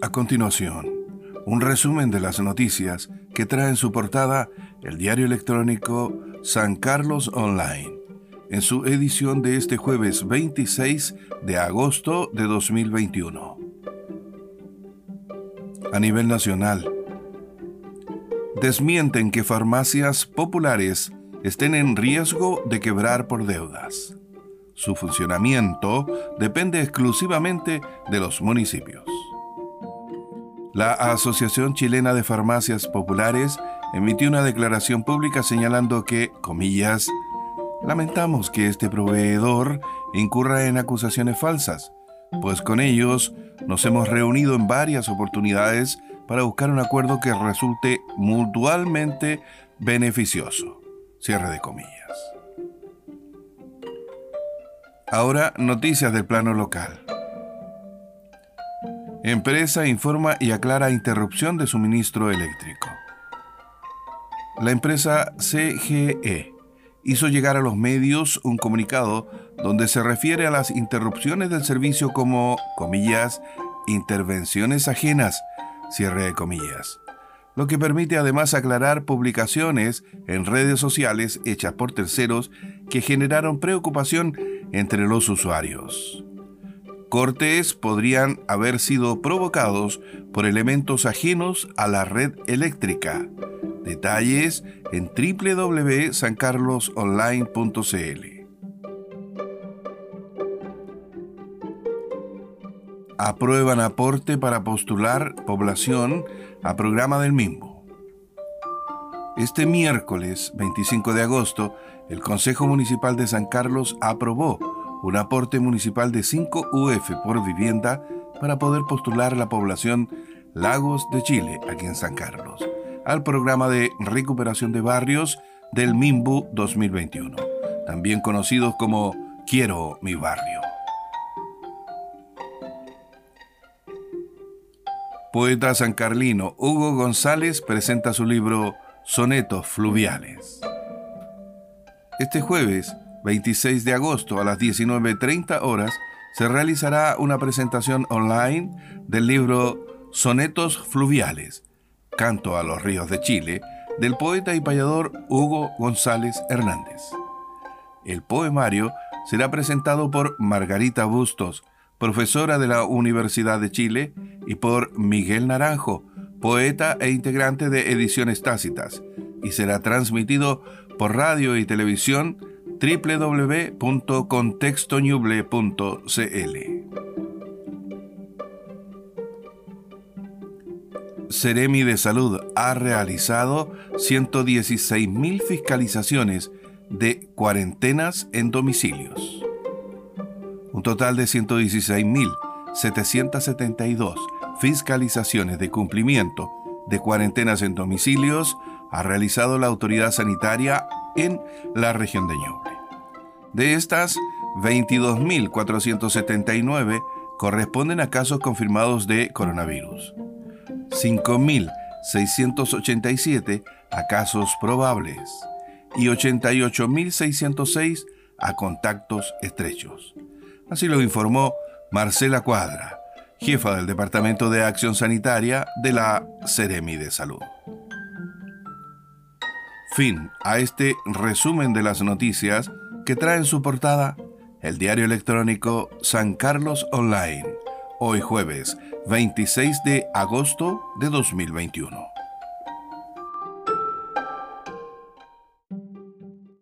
A continuación, un resumen de las noticias que trae en su portada el diario electrónico San Carlos Online, en su edición de este jueves 26 de agosto de 2021. A nivel nacional, desmienten que farmacias populares estén en riesgo de quebrar por deudas. Su funcionamiento depende exclusivamente de los municipios. La Asociación Chilena de Farmacias Populares emitió una declaración pública señalando que, comillas, lamentamos que este proveedor incurra en acusaciones falsas, pues con ellos nos hemos reunido en varias oportunidades para buscar un acuerdo que resulte mutuamente beneficioso. Cierre de comillas. Ahora, noticias del plano local. Empresa informa y aclara interrupción de suministro eléctrico. La empresa CGE hizo llegar a los medios un comunicado donde se refiere a las interrupciones del servicio como, comillas, intervenciones ajenas, cierre de comillas, lo que permite además aclarar publicaciones en redes sociales hechas por terceros que generaron preocupación entre los usuarios. Cortes podrían haber sido provocados por elementos ajenos a la red eléctrica. Detalles en www.sancarlosonline.cl. Aprueban aporte para postular población a programa del MIMBU. Este miércoles 25 de agosto, el Consejo Municipal de San Carlos aprobó un aporte municipal de 5 UF por vivienda para poder postular la población Lagos de Chile, aquí en San Carlos, al programa de recuperación de barrios del MIMBU 2021, también conocidos como Quiero mi barrio. Poeta sancarlino Hugo González presenta su libro Sonetos Fluviales. Este jueves 26 de agosto a las 19:30 horas se realizará una presentación online del libro Sonetos Fluviales, Canto a los Ríos de Chile, del poeta y payador Hugo González Hernández. El poemario será presentado por Margarita Bustos, profesora de la Universidad de Chile, y por Miguel Naranjo, poeta e integrante de Ediciones Tácitas, y será transmitido por radio y televisión www.contextoñuble.cl. Seremi de Salud ha realizado 116.000 fiscalizaciones de cuarentenas en domicilios. Un total de 116.772 fiscalizaciones de cumplimiento de cuarentenas en domicilios ha realizado la autoridad sanitaria en la región de Ñuble. De estas, 22.479 corresponden a casos confirmados de coronavirus, 5.687 a casos probables y 88.606 a contactos estrechos. Así lo informó Marcela Cuadra, jefa del Departamento de Acción Sanitaria de la Seremi de Salud. Fin a este resumen de las noticias que trae en su portada el diario electrónico San Carlos Online, hoy jueves 26 de agosto de 2021.